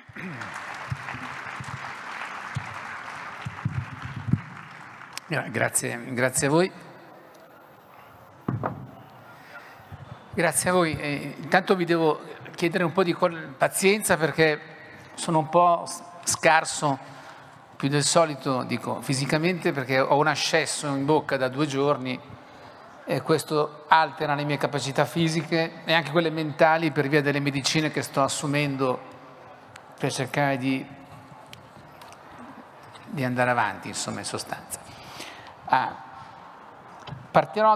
Grazie a voi. Grazie a voi. Intanto vi devo chiedere un po' di pazienza perché sono un po' scarso, più del solito, dico, fisicamente, perché ho un ascesso in bocca da 2 giorni e questo altera le mie capacità fisiche e anche quelle mentali per via delle medicine che sto assumendo per cercare di andare avanti, insomma, in sostanza. Partirò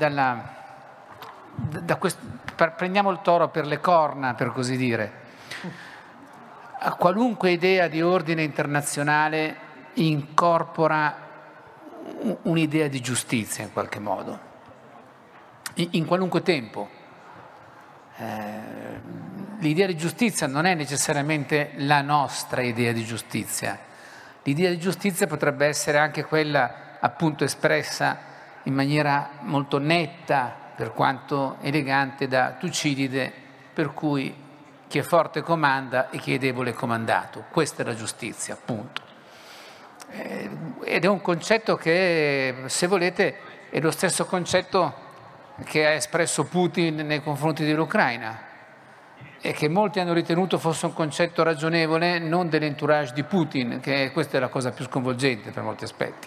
prendiamo il toro per le corna, per così dire. Qualunque idea di ordine internazionale incorpora un'idea di giustizia in qualche modo, in qualunque tempo. L'idea di giustizia non è necessariamente la nostra idea di giustizia. L'idea di giustizia potrebbe essere anche quella appunto espressa in maniera molto netta, per quanto elegante, da Tucidide, per cui chi è forte comanda e chi è debole è comandato. Questa è la giustizia, appunto. Ed è un concetto che, se volete, è lo stesso concetto che ha espresso Putin nei confronti dell'Ucraina e che molti hanno ritenuto fosse un concetto ragionevole, non dell'entourage di Putin, che questa è la cosa più sconvolgente per molti aspetti.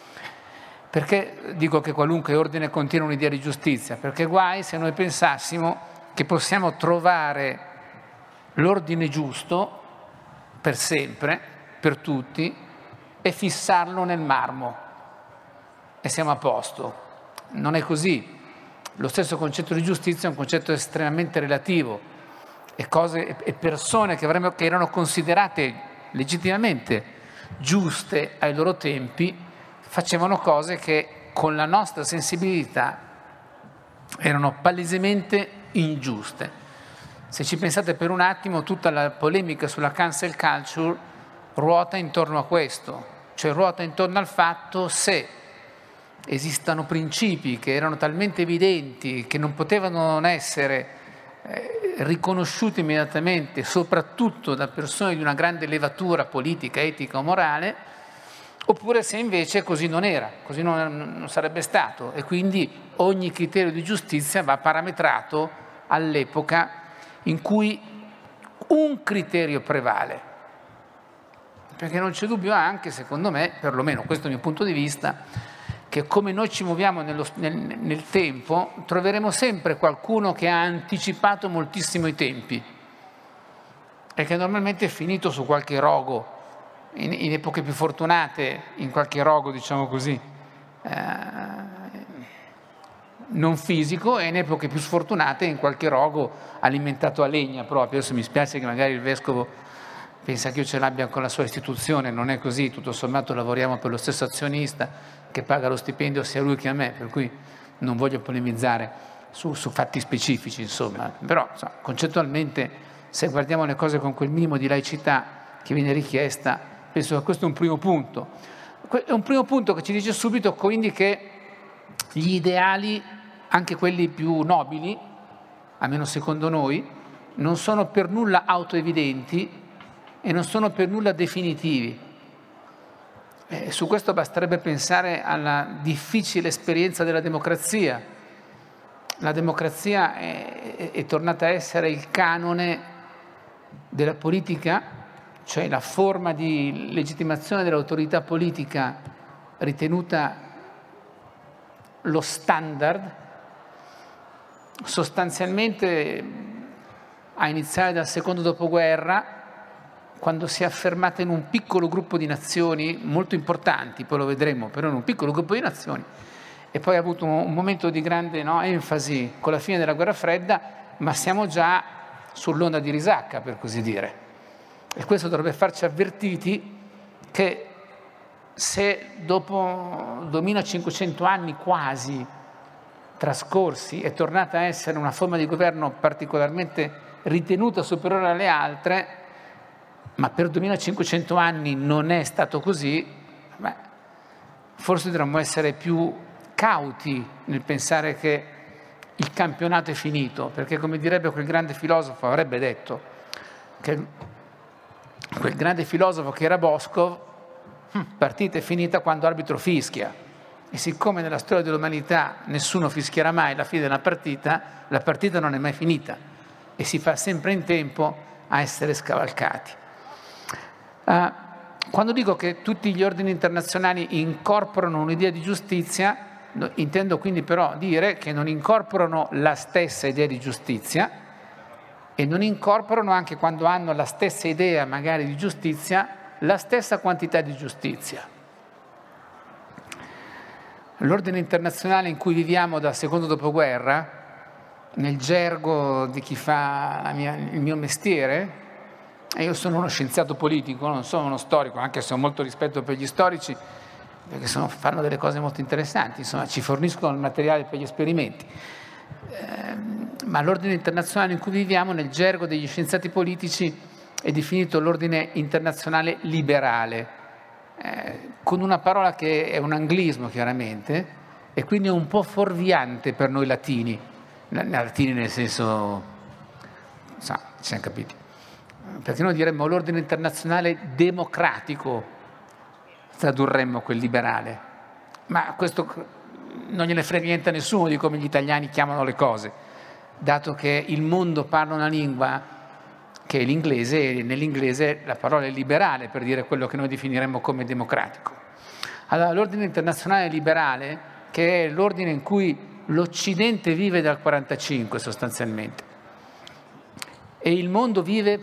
Perché dico che qualunque ordine contiene un'idea di giustizia? Perché guai se noi pensassimo che possiamo trovare l'ordine giusto per sempre, per tutti, e fissarlo nel marmo e siamo a posto. Non è così. Lo stesso concetto di giustizia è un concetto estremamente relativo e persone che erano considerate legittimamente giuste ai loro tempi facevano cose che con la nostra sensibilità erano palesemente ingiuste. Se ci pensate per un attimo, tutta la polemica sulla cancel culture ruota intorno a questo, cioè ruota intorno al fatto se esistano principi che erano talmente evidenti che non potevano non essere riconosciuti immediatamente, soprattutto da persone di una grande levatura politica, etica o morale, oppure se invece così non era, così non sarebbe stato, e quindi ogni criterio di giustizia va parametrato all'epoca in cui un criterio prevale. Perché non c'è dubbio anche, secondo me, perlomeno questo è il mio punto di vista, che come noi ci muoviamo nel tempo, troveremo sempre qualcuno che ha anticipato moltissimo i tempi e che normalmente è finito su qualche rogo, in epoche più fortunate, in qualche rogo, diciamo così, non fisico, e in epoche più sfortunate in qualche rogo alimentato a legna proprio. Adesso mi spiace che magari il vescovo pensa che io ce l'abbia con la sua istituzione, non è così, tutto sommato lavoriamo per lo stesso azionista che paga lo stipendio sia lui che a me, per cui non voglio polemizzare su fatti specifici, insomma. Però concettualmente, se guardiamo le cose con quel minimo di laicità che viene richiesta, penso che questo è un primo punto. È un primo punto che ci dice subito quindi che gli ideali, anche quelli più nobili, almeno secondo noi, non sono per nulla autoevidenti e non sono per nulla definitivi. Su questo basterebbe pensare alla difficile esperienza della democrazia. La democrazia è tornata a essere il canone della politica, cioè la forma di legittimazione dell'autorità politica ritenuta lo standard, sostanzialmente a iniziare dal secondo dopoguerra, quando si è affermata in un piccolo gruppo di nazioni molto importanti, poi lo vedremo, però in un piccolo gruppo di nazioni, e poi ha avuto un momento di grande enfasi con la fine della guerra fredda, ma siamo già sull'onda di risacca, per così dire. E questo dovrebbe farci avvertiti che se dopo 2500 anni quasi trascorsi è tornata a essere una forma di governo particolarmente ritenuta superiore alle altre, ma per 2500 anni non è stato così, forse dovremmo essere più cauti nel pensare che il campionato è finito, perché come direbbe quel grande filosofo, avrebbe detto che quel grande filosofo che era Boscov, partita è finita quando arbitro fischia. E siccome nella storia dell'umanità nessuno fischierà mai alla fine della partita, la partita non è mai finita e si fa sempre in tempo a essere scavalcati. Quando dico che tutti gli ordini internazionali incorporano un'idea di giustizia, intendo quindi però dire che non incorporano la stessa idea di giustizia e non incorporano, anche quando hanno la stessa idea magari di giustizia, la stessa quantità di giustizia. L'ordine internazionale in cui viviamo dal secondo dopoguerra, nel gergo di chi fa il mio mestiere, e io sono uno scienziato politico, non sono uno storico, anche se ho molto rispetto per gli storici, perché fanno delle cose molto interessanti, insomma ci forniscono il materiale per gli esperimenti. Ma l'ordine internazionale in cui viviamo, nel gergo degli scienziati politici, è definito l'ordine internazionale liberale, con una parola che è un anglismo chiaramente, e quindi è un po' fuorviante per noi latini nel senso, ci siamo capiti, perché noi diremmo l'ordine internazionale democratico, tradurremmo quel liberale, ma questo non gliene frega niente a nessuno di come gli italiani chiamano le cose, dato che il mondo parla una lingua che è l'inglese, e nell'inglese la parola è liberale per dire quello che noi definiremmo come democratico. Allora l'ordine internazionale liberale, che è l'ordine in cui l'Occidente vive dal 1945 sostanzialmente, e il mondo vive,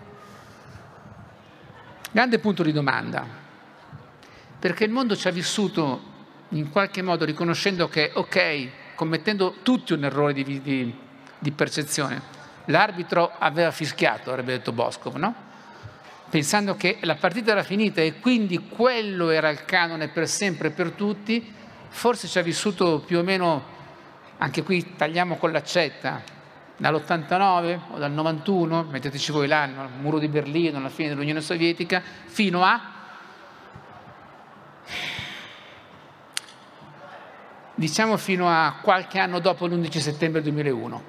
grande punto di domanda, perché il mondo ci ha vissuto in qualche modo riconoscendo che, ok, commettendo tutti un errore di percezione, l'arbitro aveva fischiato, avrebbe detto Boscov, no? Pensando che la partita era finita e quindi quello era il canone per sempre e per tutti, forse ci ha vissuto più o meno, anche qui tagliamo con l'accetta, dall'89 o dal 91, metteteci voi l'anno, il muro di Berlino, alla fine dell'Unione Sovietica, fino a qualche anno dopo l'11 settembre 2001.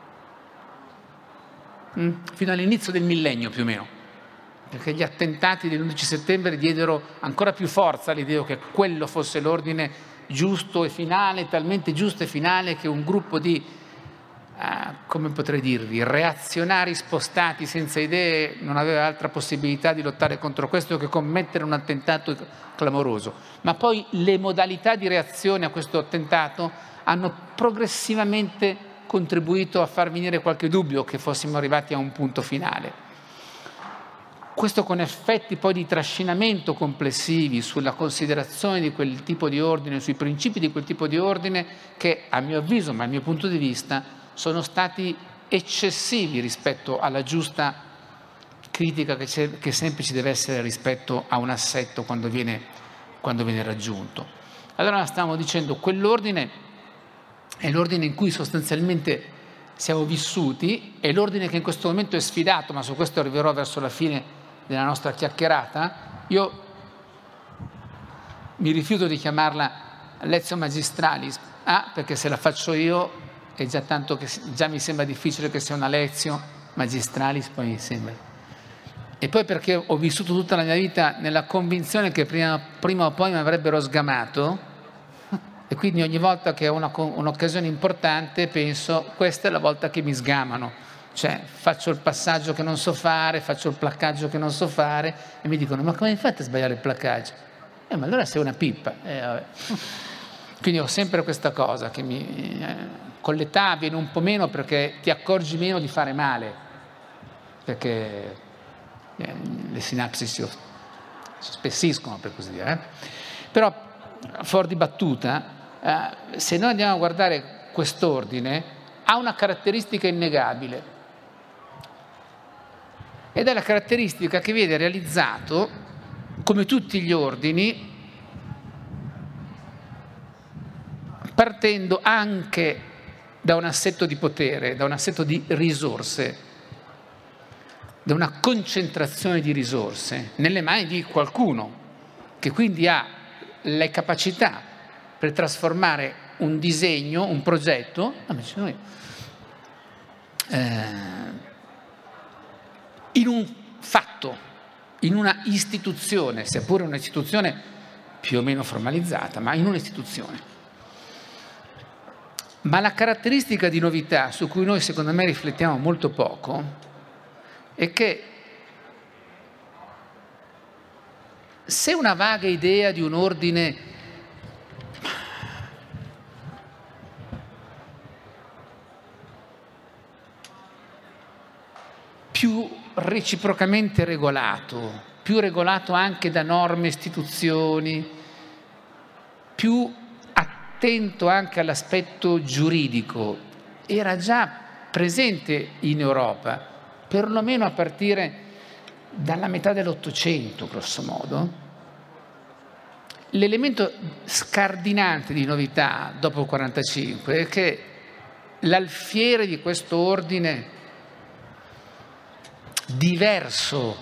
Fino all'inizio del millennio più o meno, perché gli attentati dell'11 settembre diedero ancora più forza all'idea che quello fosse l'ordine giusto e finale, talmente giusto e finale che un gruppo di, come potrei dirvi, reazionari spostati senza idee non aveva altra possibilità di lottare contro questo che commettere un attentato clamoroso. Ma poi le modalità di reazione a questo attentato hanno progressivamente contribuito a far venire qualche dubbio che fossimo arrivati a un punto finale. Questo con effetti poi di trascinamento complessivi sulla considerazione di quel tipo di ordine, sui principi di quel tipo di ordine che, a mio avviso, ma dal mio punto di vista, sono stati eccessivi rispetto alla giusta critica che sempre ci deve essere rispetto a un assetto quando viene raggiunto. Allora stavamo dicendo, quell'ordine è l'ordine in cui sostanzialmente siamo vissuti, è l'ordine che in questo momento è sfidato, ma su questo arriverò verso la fine della nostra chiacchierata. Io mi rifiuto di chiamarla Lectio Magistralis, perché se la faccio io è già tanto che già mi sembra difficile che sia una Lectio Magistralis, poi mi sembra. E poi perché ho vissuto tutta la mia vita nella convinzione che prima o poi mi avrebbero sgamato, e quindi ogni volta che ho un'occasione importante penso, questa è la volta che mi sgamano, cioè faccio il passaggio che non so fare, faccio il placcaggio che non so fare e mi dicono, ma come hai fatto a sbagliare il placcaggio? Ma allora sei una pippa. Vabbè. Quindi ho sempre questa cosa che con l'età viene un po' meno perché ti accorgi meno di fare male, perché le sinapsi si spessiscono, per così dire. Però fuori di battuta, se noi andiamo a guardare quest'ordine, ha una caratteristica innegabile, ed è la caratteristica che viene realizzato, come tutti gli ordini, partendo anche da un assetto di potere, da un assetto di risorse, da una concentrazione di risorse nelle mani di qualcuno, che quindi ha le capacità per trasformare un disegno, un progetto, in un fatto, in una istituzione, seppure un'istituzione più o meno formalizzata, ma in un'istituzione. Ma la caratteristica di novità su cui noi secondo me riflettiamo molto poco è che se una vaga idea di un ordine più reciprocamente regolato, più regolato anche da norme, istituzioni, più attento anche all'aspetto giuridico, era già presente in Europa, perlomeno a partire dalla metà dell'Ottocento, grosso modo. L'elemento scardinante di novità dopo il 1945 è che l'alfiere di questo ordine diverso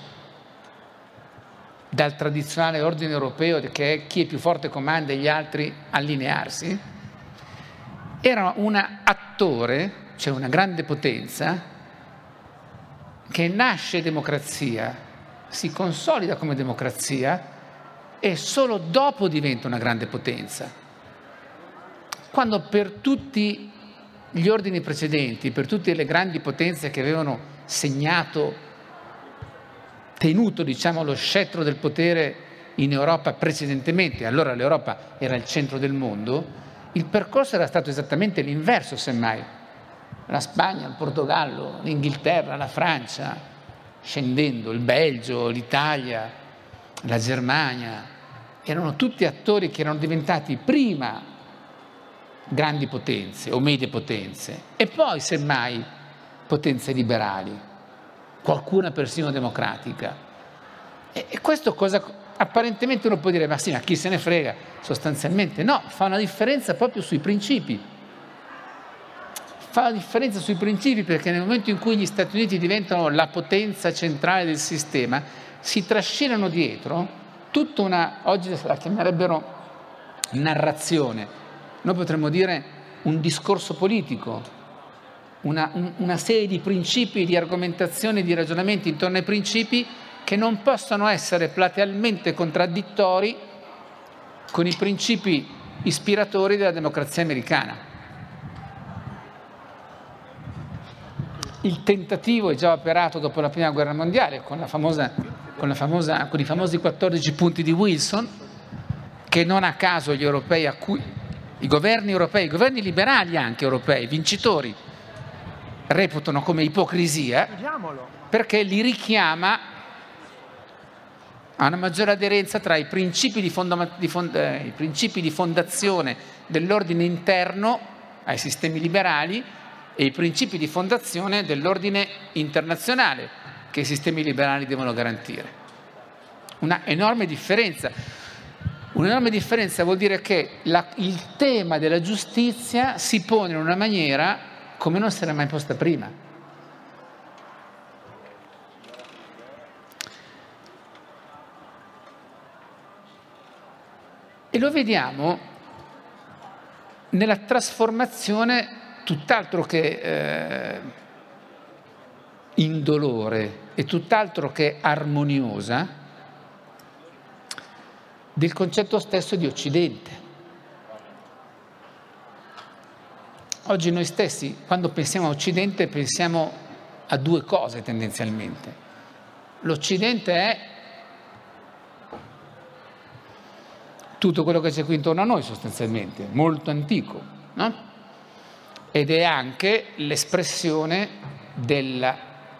dal tradizionale ordine europeo, che è chi è più forte comanda e gli altri allinearsi, era un attore, cioè una grande potenza, che nasce democrazia, si consolida come democrazia e solo dopo diventa una grande potenza. Quando per tutti gli ordini precedenti, per tutte le grandi potenze che avevano tenuto diciamo lo scettro del potere in Europa precedentemente, allora l'Europa era il centro del mondo, il percorso era stato esattamente l'inverso, semmai. La Spagna, il Portogallo, l'Inghilterra, la Francia, scendendo, il Belgio, l'Italia, la Germania, erano tutti attori che erano diventati prima grandi potenze o medie potenze e poi semmai potenze liberali, qualcuna persino democratica. E questo cosa apparentemente uno può dire, ma sì, ma chi se ne frega? Sostanzialmente no, fa una differenza proprio sui principi. Fa la differenza sui principi perché nel momento in cui gli Stati Uniti diventano la potenza centrale del sistema, si trascinano dietro tutta una, oggi la chiamerebbero narrazione, noi potremmo dire un discorso politico, una serie di principi, di argomentazioni, di ragionamenti intorno ai principi che non possono essere platealmente contraddittori con i principi ispiratori della democrazia americana. Il tentativo è già operato dopo la Prima Guerra Mondiale con i famosi 14 punti di Wilson, che non a caso gli europei i governi europei, i governi liberali anche europei, vincitori, reputano come ipocrisia, perché li richiama a una maggiore aderenza tra i principi di fondazione dell'ordine interno ai sistemi liberali e i principi di fondazione dell'ordine internazionale che i sistemi liberali devono garantire. Una enorme differenza. Un'enorme differenza vuol dire che il tema della giustizia si pone in una maniera come non si era mai posta prima. E lo vediamo nella trasformazione tutt'altro che indolore e tutt'altro che armoniosa del concetto stesso di Occidente. Oggi noi stessi, quando pensiamo a Occidente, pensiamo a due cose tendenzialmente. L'Occidente è tutto quello che c'è qui intorno a noi sostanzialmente, molto antico, no? Ed è anche l'espressione della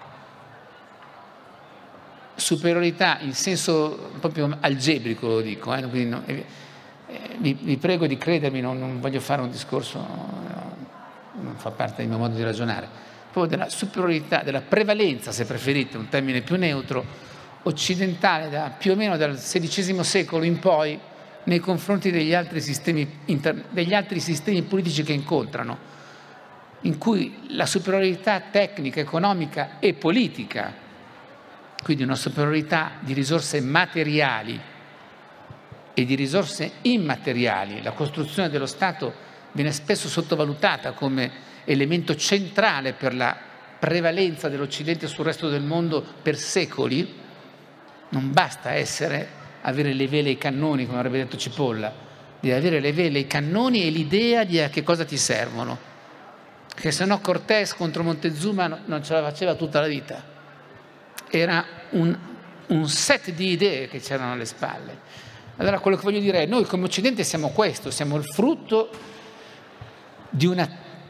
superiorità in senso proprio algebrico, lo dico, quindi vi prego di credermi, non voglio fare un discorso, non fa parte del mio modo di ragionare, proprio della superiorità, della prevalenza, se preferite, un termine più neutro, occidentale più o meno dal XVI secolo in poi nei confronti degli altri sistemi politici che incontrano, in cui la superiorità tecnica, economica e politica, quindi una superiorità di risorse materiali e di risorse immateriali, la costruzione dello Stato viene spesso sottovalutata come elemento centrale per la prevalenza dell'Occidente sul resto del mondo per secoli, Non basta avere le vele e i cannoni, come avrebbe detto Cipolla, devi avere le vele, i cannoni e l'idea di a che cosa ti servono. Che se no Cortés contro Montezuma non ce la faceva tutta la vita. Era un set di idee che c'erano alle spalle. Allora quello che voglio dire è: noi come Occidente siamo questo, siamo il frutto di un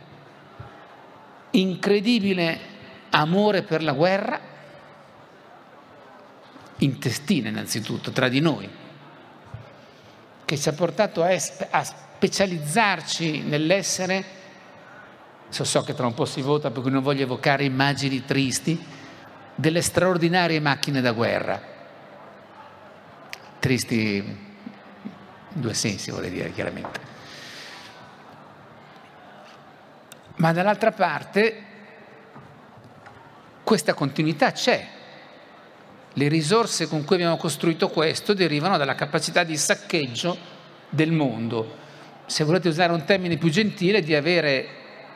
incredibile amore per la guerra, intestina innanzitutto, tra di noi, che ci ha portato a specializzarci nell'essere, so che tra un po' si vota per cui non voglio evocare immagini tristi, delle straordinarie macchine da guerra. Tristi in due sensi, vuole dire, chiaramente. Ma dall'altra parte questa continuità c'è. Le risorse con cui abbiamo costruito questo derivano dalla capacità di saccheggio del mondo. Se volete usare un termine più gentile, di avere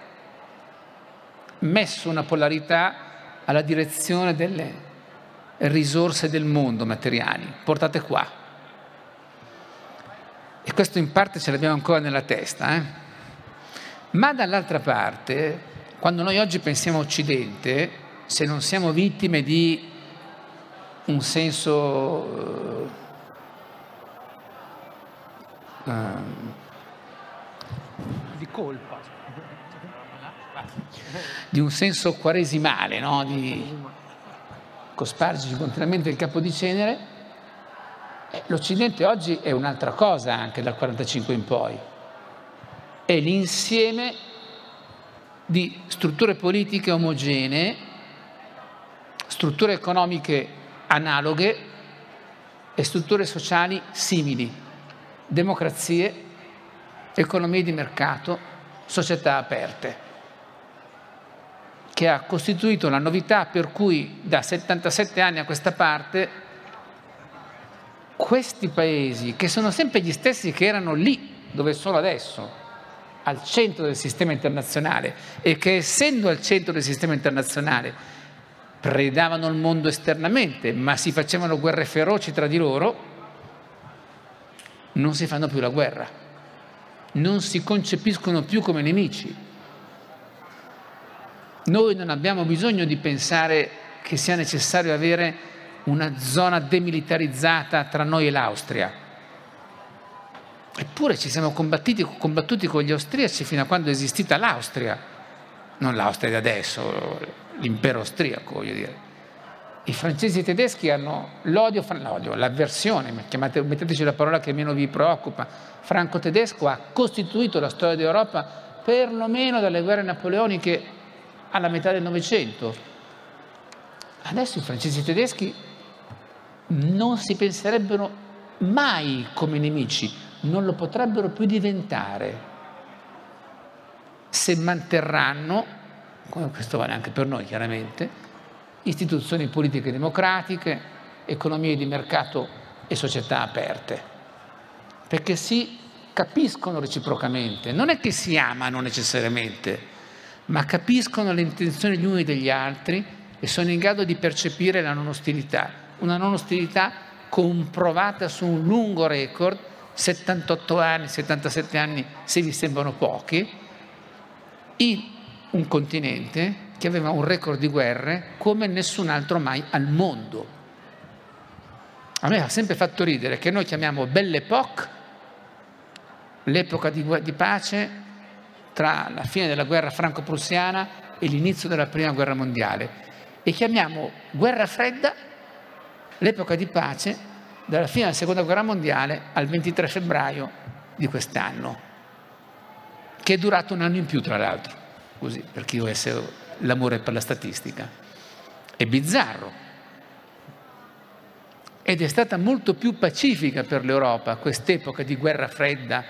messo una polarità alla direzione delle risorse del mondo materiali. Portate qua. E questo in parte ce l'abbiamo ancora nella testa. Ma dall'altra parte, quando noi oggi pensiamo a Occidente, se non siamo vittime di un senso di colpa, di un senso quaresimale, no? Di cospargerci continuamente il capo di cenere, l'Occidente oggi è un'altra cosa anche dal 45 in poi. È l'insieme di strutture politiche omogenee, strutture economiche analoghe e strutture sociali simili, democrazie, economie di mercato, società aperte, che ha costituito la novità per cui da 77 anni a questa parte questi paesi, che sono sempre gli stessi che erano lì dove sono adesso, al centro del sistema internazionale, e che essendo al centro del sistema internazionale predavano il mondo esternamente, ma si facevano guerre feroci tra di loro, non si fanno più la guerra, non si concepiscono più come nemici. Noi non abbiamo bisogno di pensare che sia necessario avere una zona demilitarizzata tra noi e l'Austria. Eppure ci siamo combattuti con gli austriaci fino a quando è esistita l'Austria, non l'Austria di adesso, l'impero austriaco, voglio dire. I francesi e i tedeschi hanno l'avversione, metteteci la parola che meno vi preoccupa, franco-tedesco ha costituito la storia d'Europa perlomeno dalle guerre napoleoniche alla metà del Novecento. Adesso i francesi e i tedeschi non si penserebbero mai come nemici, non lo potrebbero più diventare se manterranno, come questo vale anche per noi chiaramente, istituzioni politiche democratiche, economie di mercato e società aperte, perché si capiscono reciprocamente, non è che si amano necessariamente, ma capiscono le intenzioni gli uni degli altri e sono in grado di percepire la non ostilità, una non ostilità comprovata su un lungo record, 78 anni, 77 anni, se vi sembrano pochi, in un continente che aveva un record di guerre come nessun altro mai al mondo. A me ha sempre fatto ridere che noi chiamiamo Belle Époque l'epoca di pace tra la fine della guerra franco-prussiana e l'inizio della prima guerra mondiale, e chiamiamo guerra fredda l'epoca di pace dalla fine della seconda guerra mondiale al 23 febbraio di quest'anno, che è durato un anno in più, tra l'altro, così per chi avesse l'amore per la statistica. È bizzarro. Ed è stata molto più pacifica per l'Europa quest'epoca di guerra fredda.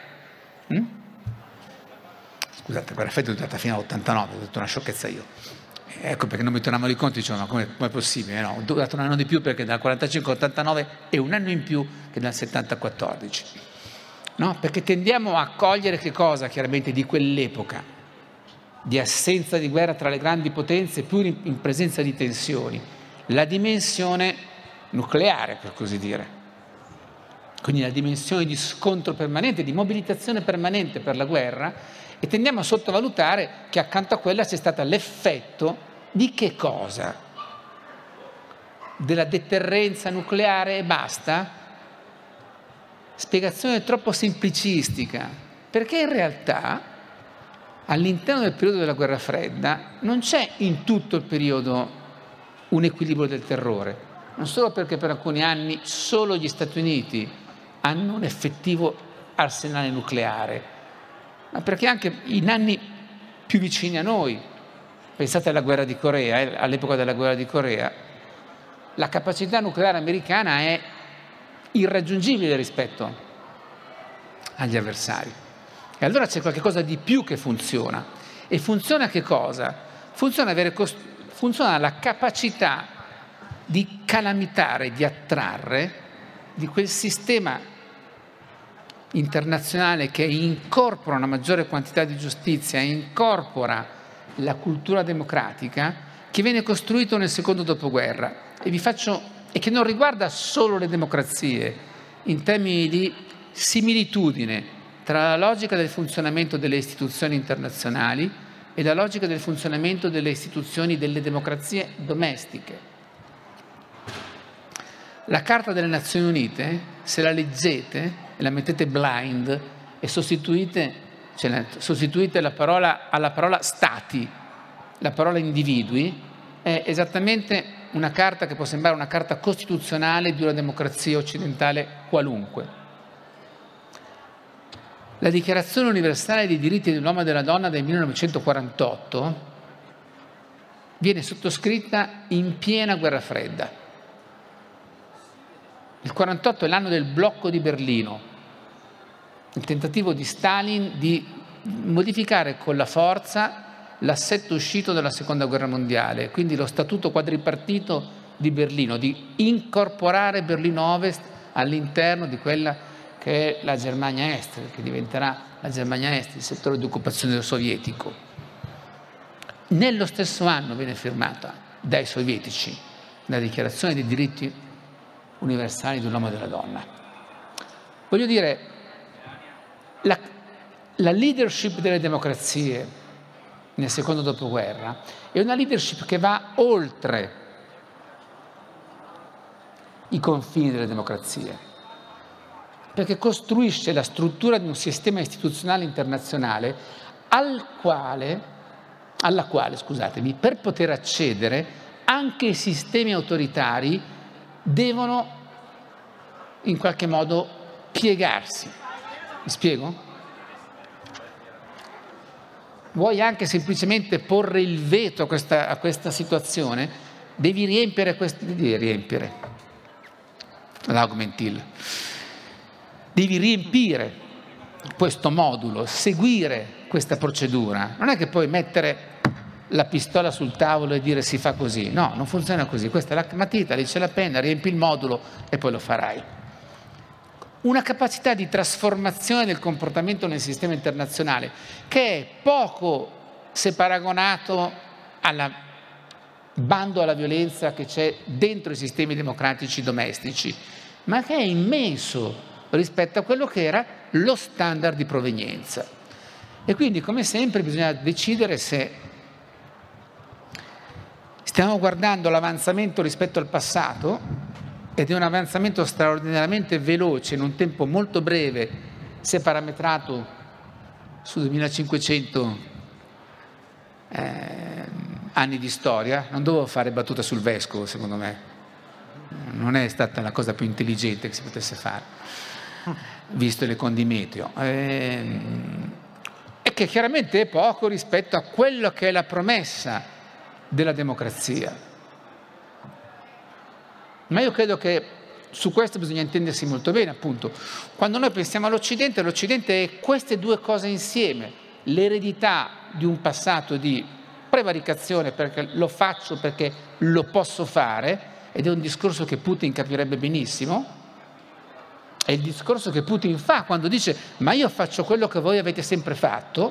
Scusate, guerra fredda è durata fino all'89, ho detto una sciocchezza io. Ecco perché non mi tornavano i conti, dicevo, ma com'è possibile? No, ho durato un anno di più perché dal 45 all'89 è un anno in più che dal 70 al 14. No? Perché tendiamo a cogliere che cosa chiaramente di quell'epoca, di assenza di guerra tra le grandi potenze, pur in presenza di tensioni, la dimensione nucleare, per così dire. Quindi la dimensione di scontro permanente, di mobilitazione permanente per la guerra, e tendiamo a sottovalutare che accanto a quella c'è stato l'effetto di che cosa? Della deterrenza nucleare e basta? Spiegazione troppo semplicistica, perché in realtà all'interno del periodo della guerra fredda non c'è in tutto il periodo un equilibrio del terrore, non solo perché per alcuni anni solo gli Stati Uniti hanno un effettivo arsenale nucleare, ma perché anche in anni più vicini a noi, pensate alla guerra di Corea, all'epoca della guerra di Corea, la capacità nucleare americana è irraggiungibile rispetto agli avversari. E allora c'è qualcosa di più che funziona. E funziona che cosa? Funziona la capacità di calamitare, di attrarre di quel sistema internazionale che incorpora una maggiore quantità di giustizia, incorpora la cultura democratica che viene costruito nel secondo dopoguerra e che non riguarda solo le democrazie in termini di similitudine tra la logica del funzionamento delle istituzioni internazionali e la logica del funzionamento delle istituzioni delle democrazie domestiche. La Carta delle Nazioni Unite, se la leggete e la mettete blind e sostituite alla parola stati, la parola individui, è esattamente una carta che può sembrare una carta costituzionale di una democrazia occidentale qualunque. La Dichiarazione universale dei diritti dell'uomo e della donna del 1948 viene sottoscritta in piena guerra fredda. Il 48 è l'anno del blocco di Berlino, il tentativo di Stalin di modificare con la forza l'assetto uscito dalla seconda guerra mondiale, quindi lo statuto quadripartito di Berlino, di incorporare Berlino Ovest all'interno di quella che è la Germania Est, che diventerà la Germania Est, il settore di occupazione sovietico. Nello stesso anno viene firmata dai sovietici la Dichiarazione dei diritti universali dell'uomo e della donna. Voglio dire, la leadership delle democrazie nel secondo dopoguerra è una leadership che va oltre i confini delle democrazie, perché costruisce la struttura di un sistema istituzionale internazionale alla quale, per poter accedere, anche i sistemi autoritari devono in qualche modo piegarsi. Mi spiego? Vuoi anche semplicemente porre il veto a questa situazione, devi riempire l'augmentil. Devi riempire questo modulo, seguire questa procedura. Non è che puoi mettere la pistola sul tavolo e dire si fa così. No, non funziona così. Questa è la matita, lì c'è la penna, riempi il modulo e poi lo farai. Una capacità di trasformazione del comportamento nel sistema internazionale che è poco se paragonato al bando alla violenza che c'è dentro i sistemi democratici domestici, ma che è immenso rispetto a quello che era lo standard di provenienza. E quindi, come sempre, bisogna decidere se stiamo guardando l'avanzamento rispetto al passato, ed è un avanzamento straordinariamente veloce in un tempo molto breve, se parametrato su 2500 anni di storia. Non dovevo fare battuta sul vescovo, secondo me. Non è stata la cosa più intelligente che si potesse fare, visto le condimeteo. E che chiaramente è poco rispetto a quello che è la promessa della democrazia. Ma io credo che su questo bisogna intendersi molto bene, appunto. Quando noi pensiamo all'Occidente, l'Occidente è queste due cose insieme: l'eredità di un passato di prevaricazione, perché lo faccio perché lo posso fare, ed è un discorso che Putin capirebbe benissimo, è il discorso che Putin fa quando dice ma io faccio quello che voi avete sempre fatto.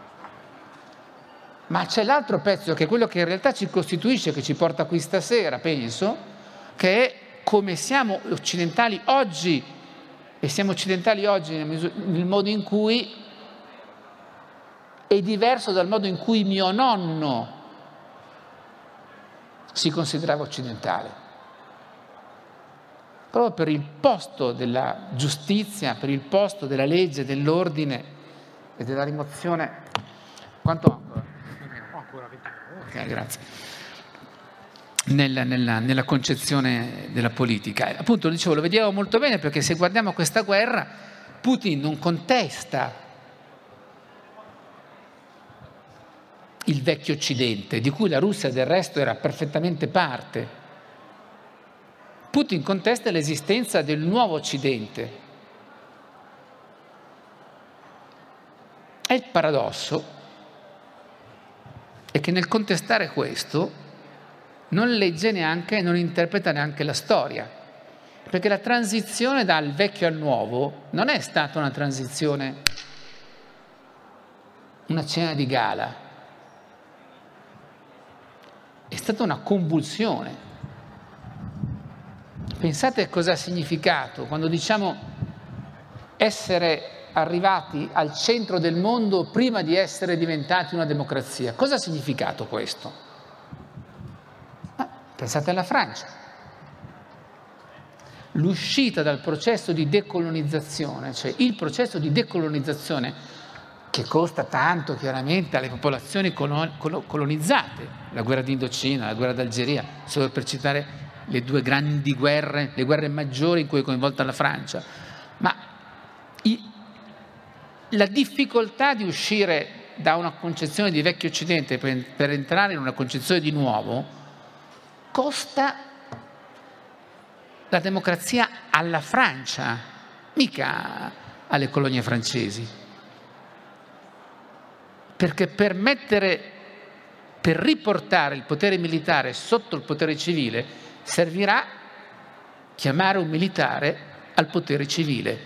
Ma c'è l'altro pezzo, che è quello che in realtà ci costituisce, che ci porta qui stasera, penso, che è come siamo occidentali oggi, e siamo occidentali oggi nel modo in cui è diverso dal modo in cui mio nonno si considerava occidentale. Proprio per il posto della giustizia, per il posto della legge, dell'ordine e della rimozione. Quanto ancora? Ancora 20 minuti. Ok, grazie. Nella concezione della politica. Appunto, dicevo, lo vediamo molto bene perché se guardiamo questa guerra, Putin non contesta il vecchio Occidente, di cui la Russia del resto era perfettamente parte. Putin contesta l'esistenza del nuovo Occidente. E il paradosso è che nel contestare questo non legge neanche, non interpreta neanche la storia, perché la transizione dal vecchio al nuovo non è stata una transizione, una cena di gala, è stata una convulsione. Pensate cosa ha significato quando diciamo essere arrivati al centro del mondo prima di essere diventati una democrazia. Cosa ha significato questo? Pensate alla Francia. L'uscita dal processo di decolonizzazione, cioè il processo di decolonizzazione che costa tanto chiaramente alle popolazioni colonizzate, la guerra d'Indocina, la guerra d'Algeria, solo per citare le due grandi guerre, le guerre maggiori in cui è coinvolta la Francia, ma la difficoltà di uscire da una concezione di vecchio Occidente per entrare in una concezione di nuovo costa la democrazia alla Francia, mica alle colonie francesi. Perché per riportare il potere militare sotto il potere civile servirà chiamare un militare al potere civile.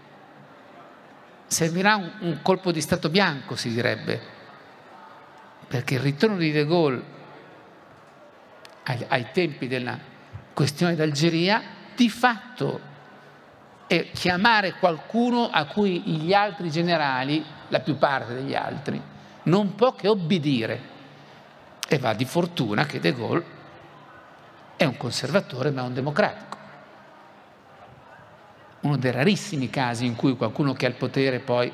Servirà un colpo di Stato bianco, si direbbe, perché il ritorno di De Gaulle ai tempi della questione d'Algeria di fatto è chiamare qualcuno a cui gli altri generali, la più parte degli altri, non può che obbedire. E va di fortuna che De Gaulle è un conservatore ma è un democratico. Uno dei rarissimi casi in cui qualcuno che ha il potere poi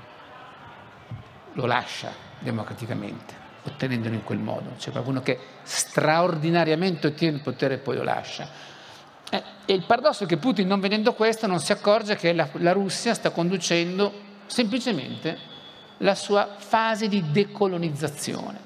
lo lascia democraticamente, ottenendolo in quel modo. C'è qualcuno che straordinariamente ottiene il potere e poi lo lascia. E il paradosso è che Putin, non vedendo questo, non si accorge che la Russia sta conducendo semplicemente la sua fase di decolonizzazione.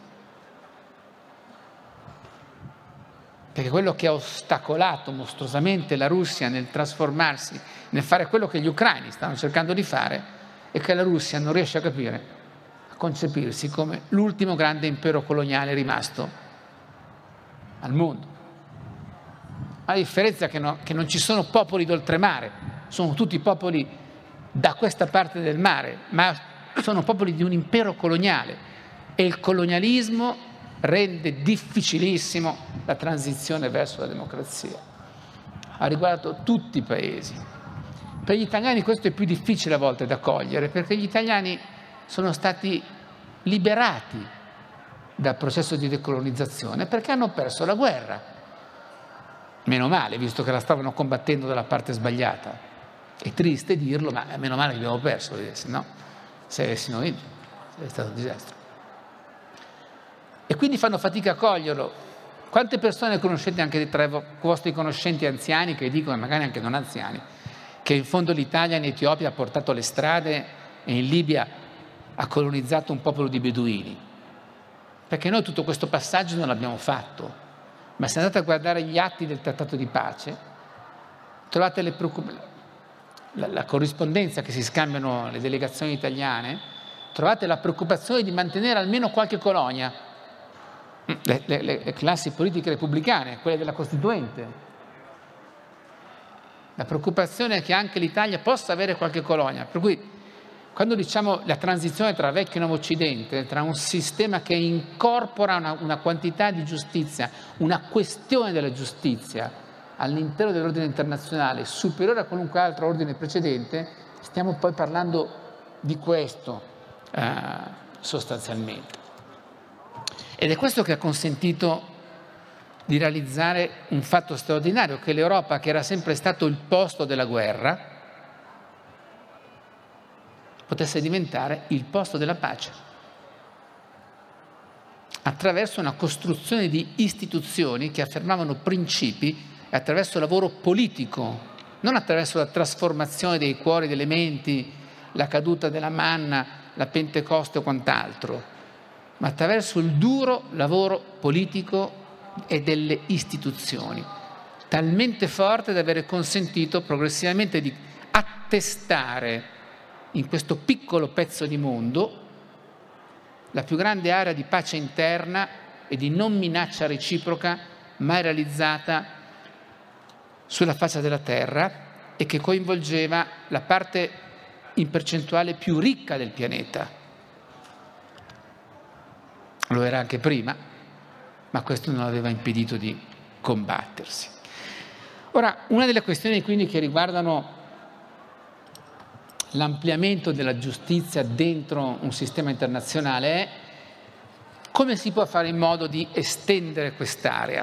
Perché quello che ha ostacolato mostruosamente la Russia nel trasformarsi, nel fare quello che gli ucraini stanno cercando di fare, è che la Russia non riesce a capire, a concepirsi come l'ultimo grande impero coloniale rimasto al mondo. La differenza è che non ci sono popoli d'oltremare, sono tutti popoli da questa parte del mare, ma sono popoli di un impero coloniale e il colonialismo rende difficilissimo la transizione verso la democrazia. Ha riguardato tutti i paesi. Per gli italiani questo è più difficile a volte da cogliere, perché gli italiani sono stati liberati dal processo di decolonizzazione perché hanno perso la guerra. Meno male, visto che la stavano combattendo dalla parte sbagliata. È triste dirlo, ma meno male che abbiamo perso, se no, se avessimo vinto, sarebbe stato un disastro. E quindi fanno fatica a coglierlo. Quante persone conoscete anche tra i vostri conoscenti anziani che dicono, magari anche non anziani, che in fondo l'Italia in Etiopia ha portato le strade e in Libia ha colonizzato un popolo di beduini? Perché noi tutto questo passaggio non l'abbiamo fatto. Ma se andate a guardare gli atti del trattato di pace, trovate la corrispondenza che si scambiano le delegazioni italiane, trovate la preoccupazione di mantenere almeno qualche colonia, le classi politiche repubblicane, quelle della Costituente. La preoccupazione è che anche l'Italia possa avere qualche colonia. Per cui, quando diciamo la transizione tra vecchio e nuovo Occidente, tra un sistema che incorpora una quantità di giustizia, una questione della giustizia all'interno dell'ordine internazionale superiore a qualunque altro ordine precedente, stiamo poi parlando di questo sostanzialmente. Ed è questo che ha consentito di realizzare un fatto straordinario, che l'Europa, che era sempre stato il posto della guerra, potesse diventare il posto della pace, attraverso una costruzione di istituzioni che affermavano principi e attraverso il lavoro politico, non attraverso la trasformazione dei cuori, delle menti, la caduta della manna, la Pentecoste o quant'altro, ma attraverso il duro lavoro politico e delle istituzioni, talmente forte da avere consentito progressivamente di attestare in questo piccolo pezzo di mondo la più grande area di pace interna e di non minaccia reciproca mai realizzata sulla faccia della terra e che coinvolgeva la parte in percentuale più ricca del pianeta. Lo era anche prima, ma questo non aveva impedito di combattersi. Ora, una delle questioni quindi che riguardano l'ampliamento della giustizia dentro un sistema internazionale è come si può fare in modo di estendere quest'area.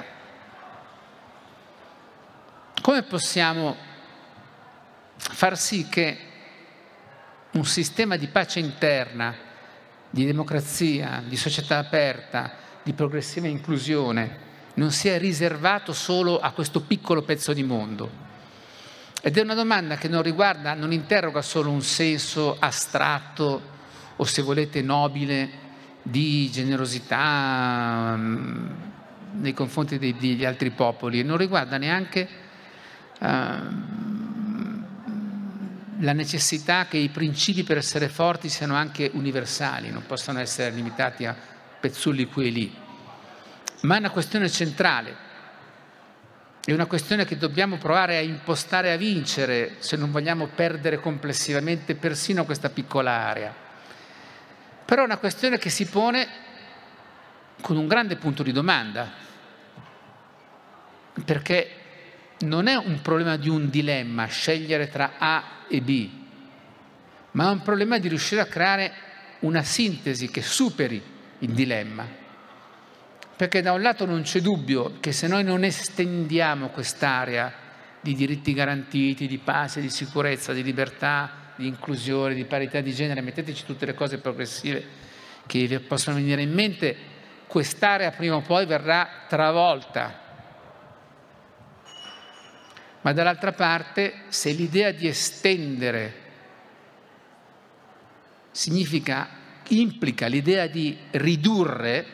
Come possiamo far sì che un sistema di pace interna, di democrazia, di società aperta, di progressiva inclusione non sia riservato solo a questo piccolo pezzo di mondo? Ed è una domanda che non interroga solo un senso astratto o, se volete, nobile di generosità nei confronti degli altri popoli, e non riguarda neanche la necessità che i principi per essere forti siano anche universali, non possono essere limitati a pezzulli qui e lì, ma è una questione centrale. È una questione che dobbiamo provare a impostare, a vincere, se non vogliamo perdere complessivamente persino questa piccola area. Però è una questione che si pone con un grande punto di domanda, perché non è un problema di un dilemma, scegliere tra A e B, ma è un problema di riuscire a creare una sintesi che superi il dilemma. Perché da un lato non c'è dubbio che se noi non estendiamo quest'area di diritti garantiti, di pace, di sicurezza, di libertà, di inclusione, di parità di genere, metteteci tutte le cose progressive che vi possono venire in mente, quest'area prima o poi verrà travolta. Ma dall'altra parte, se l'idea di estendere implica l'idea di ridurre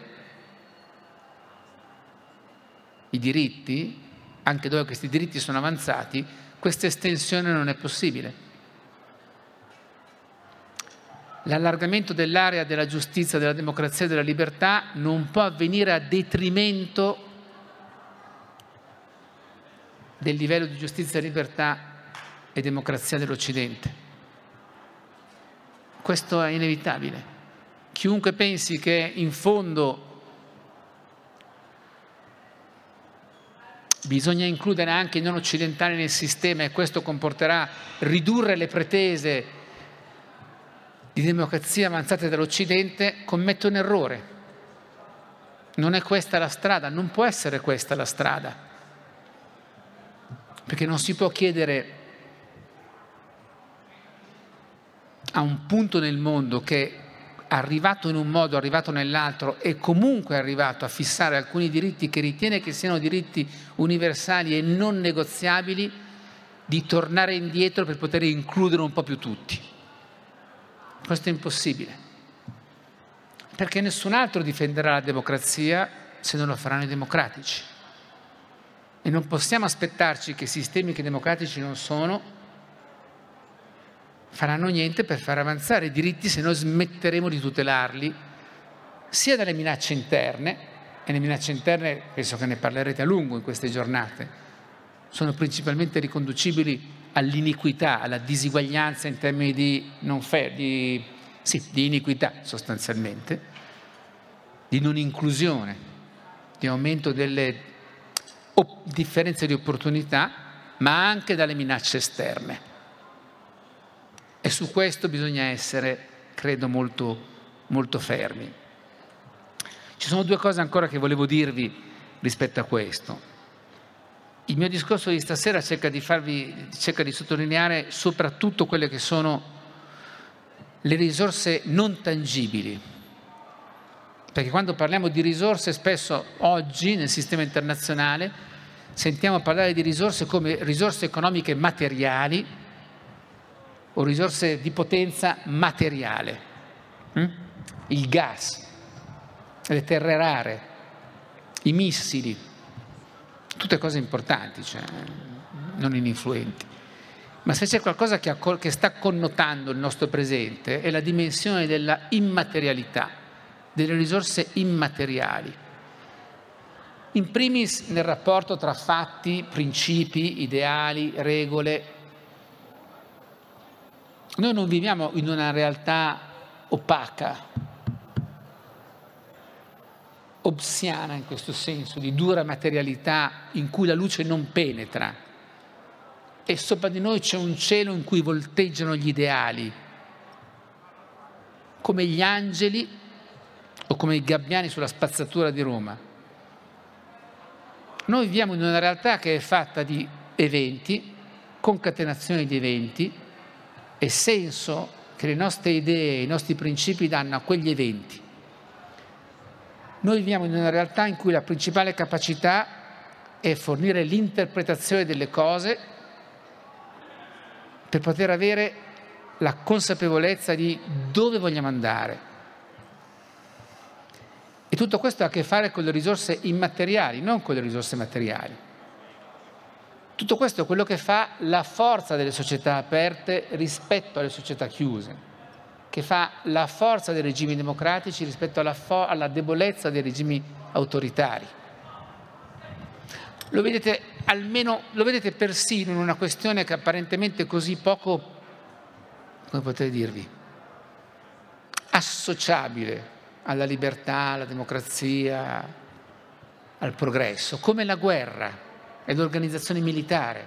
i diritti, anche dove questi diritti sono avanzati, questa estensione non è possibile. L'allargamento dell'area della giustizia, della democrazia e della libertà non può avvenire a detrimento del livello di giustizia, libertà e democrazia dell'Occidente. Questo è inevitabile. Chiunque pensi che in fondo bisogna includere anche i non occidentali nel sistema e questo comporterà ridurre le pretese di democrazia avanzate dall'Occidente, commette un errore. Non è questa la strada, non può essere questa la strada, perché non si può chiedere a un punto nel mondo che arrivato in un modo, arrivato nell'altro, e comunque è arrivato a fissare alcuni diritti che ritiene che siano diritti universali e non negoziabili, di tornare indietro per poter includere un po' più tutti. Questo è impossibile, perché nessun altro difenderà la democrazia se non lo faranno i democratici. E non possiamo aspettarci che sistemi che democratici non sono faranno niente per far avanzare i diritti se noi smetteremo di tutelarli, sia dalle minacce interne, e le minacce interne, penso che ne parlerete a lungo in queste giornate, sono principalmente riconducibili all'iniquità, alla disuguaglianza in termini di iniquità sostanzialmente, di non inclusione, di aumento delle differenze di opportunità, ma anche dalle minacce esterne. E su questo bisogna essere, credo, molto, molto fermi. Ci sono due cose ancora che volevo dirvi rispetto a questo. Il mio discorso di stasera cerca di sottolineare soprattutto quelle che sono le risorse non tangibili. Perché quando parliamo di risorse, spesso oggi nel sistema internazionale sentiamo parlare di risorse come risorse economiche materiali o risorse di potenza materiale. Il gas, le terre rare, i missili, tutte cose importanti, cioè non ininfluenti. Ma se c'è qualcosa che sta connotando il nostro presente è la dimensione della immaterialità, delle risorse immateriali. In primis nel rapporto tra fatti, principi, ideali, regole. Noi non viviamo in una realtà opaca, obsiana in questo senso, di dura materialità in cui la luce non penetra e sopra di noi c'è un cielo in cui volteggiano gli ideali, come gli angeli o come i gabbiani sulla spazzatura di Roma. Noi viviamo in una realtà che è fatta di eventi, concatenazione di eventi e senso che le nostre idee, i nostri principi danno a quegli eventi. Noi viviamo in una realtà in cui la principale capacità è fornire l'interpretazione delle cose per poter avere la consapevolezza di dove vogliamo andare. E tutto questo ha a che fare con le risorse immateriali, non con le risorse materiali. Tutto questo è quello che fa la forza delle società aperte rispetto alle società chiuse, che fa la forza dei regimi democratici rispetto alla debolezza dei regimi autoritari. Lo vedete persino in una questione che apparentemente così poco, come potrei dirvi, associabile alla libertà, alla democrazia, al progresso, come la guerra e l'organizzazione militare.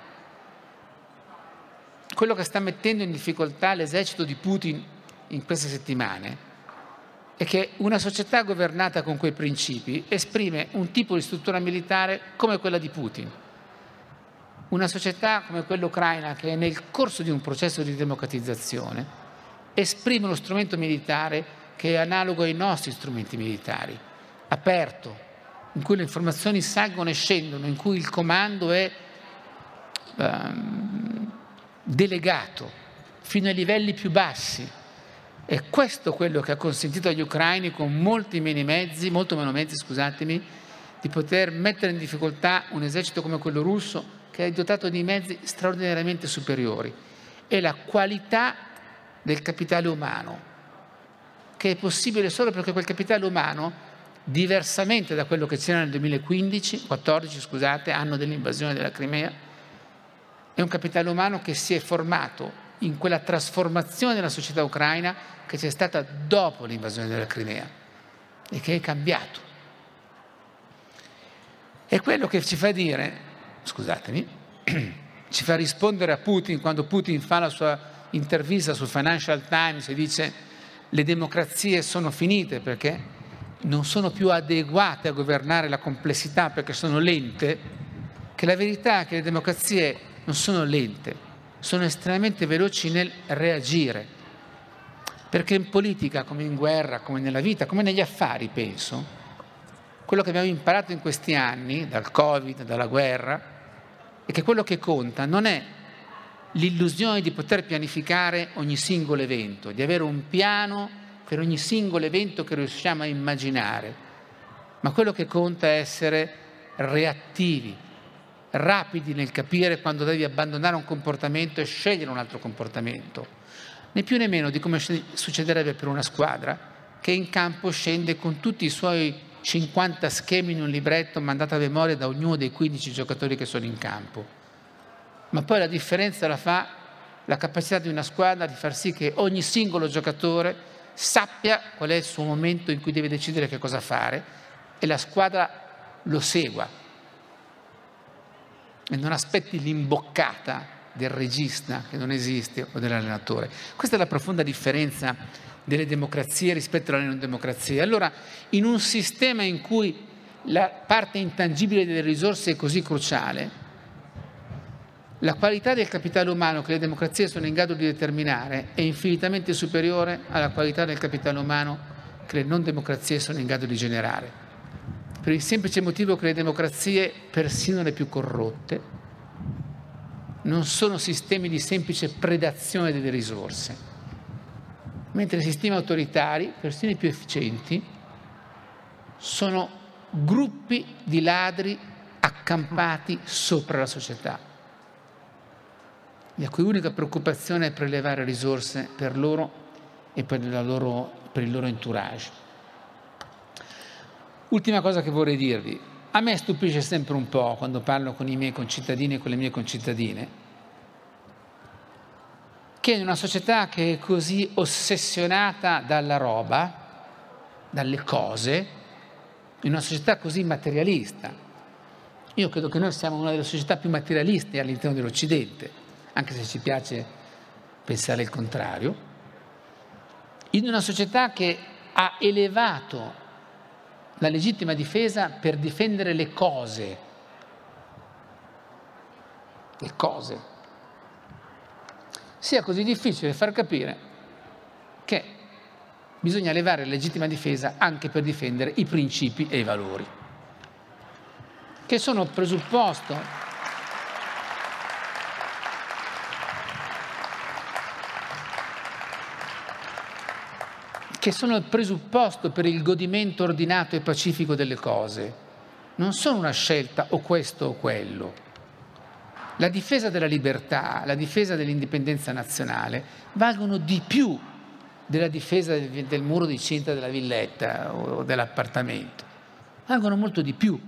Quello che sta mettendo in difficoltà l'esercito di Putin in queste settimane è che una società governata con quei principi esprime un tipo di struttura militare come quella di Putin. Una società come quella ucraina, che è nel corso di un processo di democratizzazione, esprime uno strumento militare che è analogo ai nostri strumenti militari, aperto, in cui le informazioni salgono e scendono, in cui il comando è delegato fino ai livelli più bassi. E questo è quello che ha consentito agli ucraini, con molto meno mezzi, di poter mettere in difficoltà un esercito come quello russo, che è dotato di mezzi straordinariamente superiori. È la qualità del capitale umano, che è possibile solo perché quel capitale umano, diversamente da quello che c'era nel 2014, anno dell'invasione della Crimea, è un capitale umano che si è formato in quella trasformazione della società ucraina che c'è stata dopo l'invasione della Crimea e che è cambiato. È quello che ci fa dire, ci fa rispondere a Putin quando Putin fa la sua intervista sul Financial Times e dice: le democrazie sono finite perché non sono più adeguate a governare la complessità perché sono lente, che la verità è che le democrazie non sono lente, sono estremamente veloci nel reagire. Perché in politica, come in guerra, come nella vita, come negli affari, penso, quello che abbiamo imparato in questi anni, dal Covid, dalla guerra, è che quello che conta non è l'illusione di poter pianificare ogni singolo evento, di avere un piano per ogni singolo evento che riusciamo a immaginare, ma quello che conta è essere reattivi, rapidi nel capire quando devi abbandonare un comportamento e scegliere un altro comportamento, né più né meno di come succederebbe per una squadra che in campo scende con tutti i suoi 50 schemi in un libretto mandato a memoria da ognuno dei 15 giocatori che sono in campo. Ma poi la differenza la fa la capacità di una squadra di far sì che ogni singolo giocatore sappia qual è il suo momento in cui deve decidere che cosa fare e la squadra lo segua. e non aspetti l'imboccata del regista che non esiste o dell'allenatore. Questa è la profonda differenza delle democrazie rispetto alle non democrazie. Allora, in un sistema in cui la parte intangibile delle risorse è così cruciale, la qualità del capitale umano che le democrazie sono in grado di determinare è infinitamente superiore alla qualità del capitale umano che le non democrazie sono in grado di generare. Per il semplice motivo che le democrazie, persino le più corrotte, non sono sistemi di semplice predazione delle risorse, mentre i sistemi autoritari, persino i più efficienti, sono gruppi di ladri accampati sopra la società, la cui unica preoccupazione è prelevare risorse per loro e per il loro entourage. Ultima cosa che vorrei dirvi. A me stupisce sempre un po' quando parlo con i miei concittadini e con le mie concittadine che in una società che è così ossessionata dalla roba, dalle cose, in una società così materialista, io credo che noi siamo una delle società più materialiste all'interno dell'Occidente, anche se ci piace pensare il contrario, in una società che ha elevato la legittima difesa per difendere le cose, sia così difficile far capire che bisogna elevare la legittima difesa anche per difendere i principi e i valori, che sono il presupposto per il godimento ordinato e pacifico delle cose. Non sono una scelta o questo o quello. La difesa della libertà, la difesa dell'indipendenza nazionale valgono di più della difesa del muro di cinta della villetta o dell'appartamento. Valgono molto di più.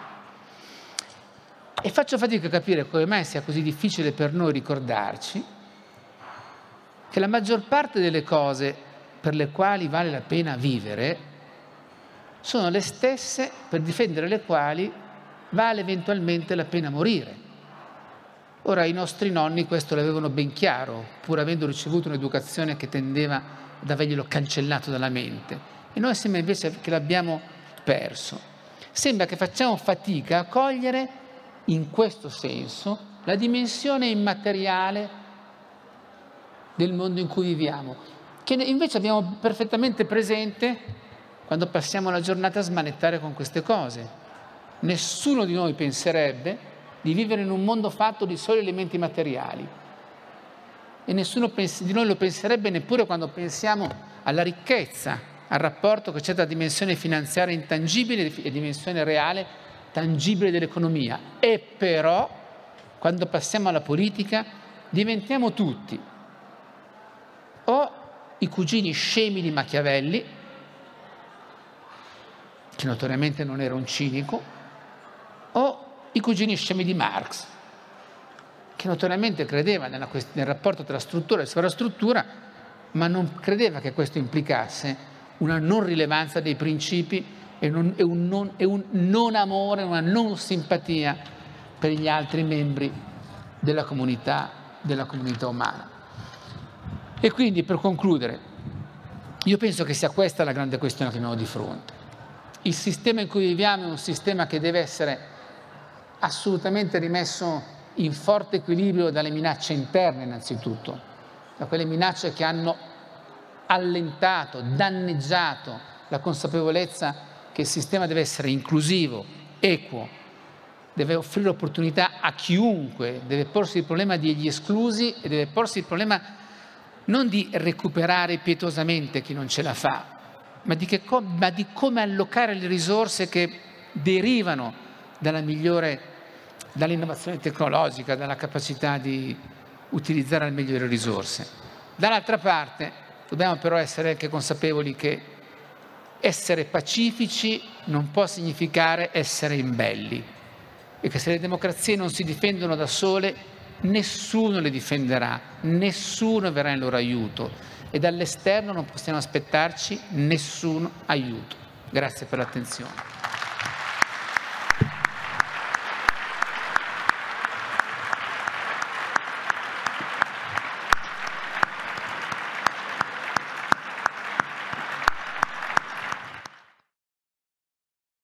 E faccio fatica a capire come mai sia così difficile per noi ricordarci che la maggior parte delle cose per le quali vale la pena vivere sono le stesse per difendere le quali vale eventualmente la pena morire. Ora, i nostri nonni questo l'avevano ben chiaro, pur avendo ricevuto un'educazione che tendeva ad averglielo cancellato dalla mente. E noi sembra invece che l'abbiamo perso. Sembra che facciamo fatica a cogliere, in questo senso, la dimensione immateriale del mondo in cui viviamo, che invece abbiamo perfettamente presente quando passiamo la giornata a smanettare con queste cose. Nessuno di noi penserebbe di vivere in un mondo fatto di soli elementi materiali e nessuno di noi lo penserebbe neppure quando pensiamo alla ricchezza, al rapporto che c'è tra dimensione finanziaria intangibile e dimensione reale tangibile dell'economia. E però, quando passiamo alla politica, diventiamo tutti o i cugini scemi di Machiavelli, che notoriamente non era un cinico, o i cugini scemi di Marx, che notoriamente credeva nel rapporto tra struttura e sovrastruttura, ma non credeva che questo implicasse una non rilevanza dei principi e un non amore, una non simpatia per gli altri membri della comunità umana. E quindi, per concludere, io penso che sia questa la grande questione che abbiamo di fronte. Il sistema in cui viviamo è un sistema che deve essere assolutamente rimesso in forte equilibrio dalle minacce interne innanzitutto, da quelle minacce che hanno allentato, danneggiato la consapevolezza che il sistema deve essere inclusivo, equo, deve offrire opportunità a chiunque, deve porsi il problema degli esclusi e deve porsi il problema non di recuperare pietosamente chi non ce la fa, ma di come allocare le risorse che derivano dall'innovazione tecnologica, dalla capacità di utilizzare al meglio le risorse. Dall'altra parte dobbiamo però essere anche consapevoli che essere pacifici non può significare essere imbelli e che se le democrazie non si difendono da sole, nessuno le difenderà, nessuno verrà in loro aiuto e dall'esterno non possiamo aspettarci nessun aiuto. Grazie per l'attenzione.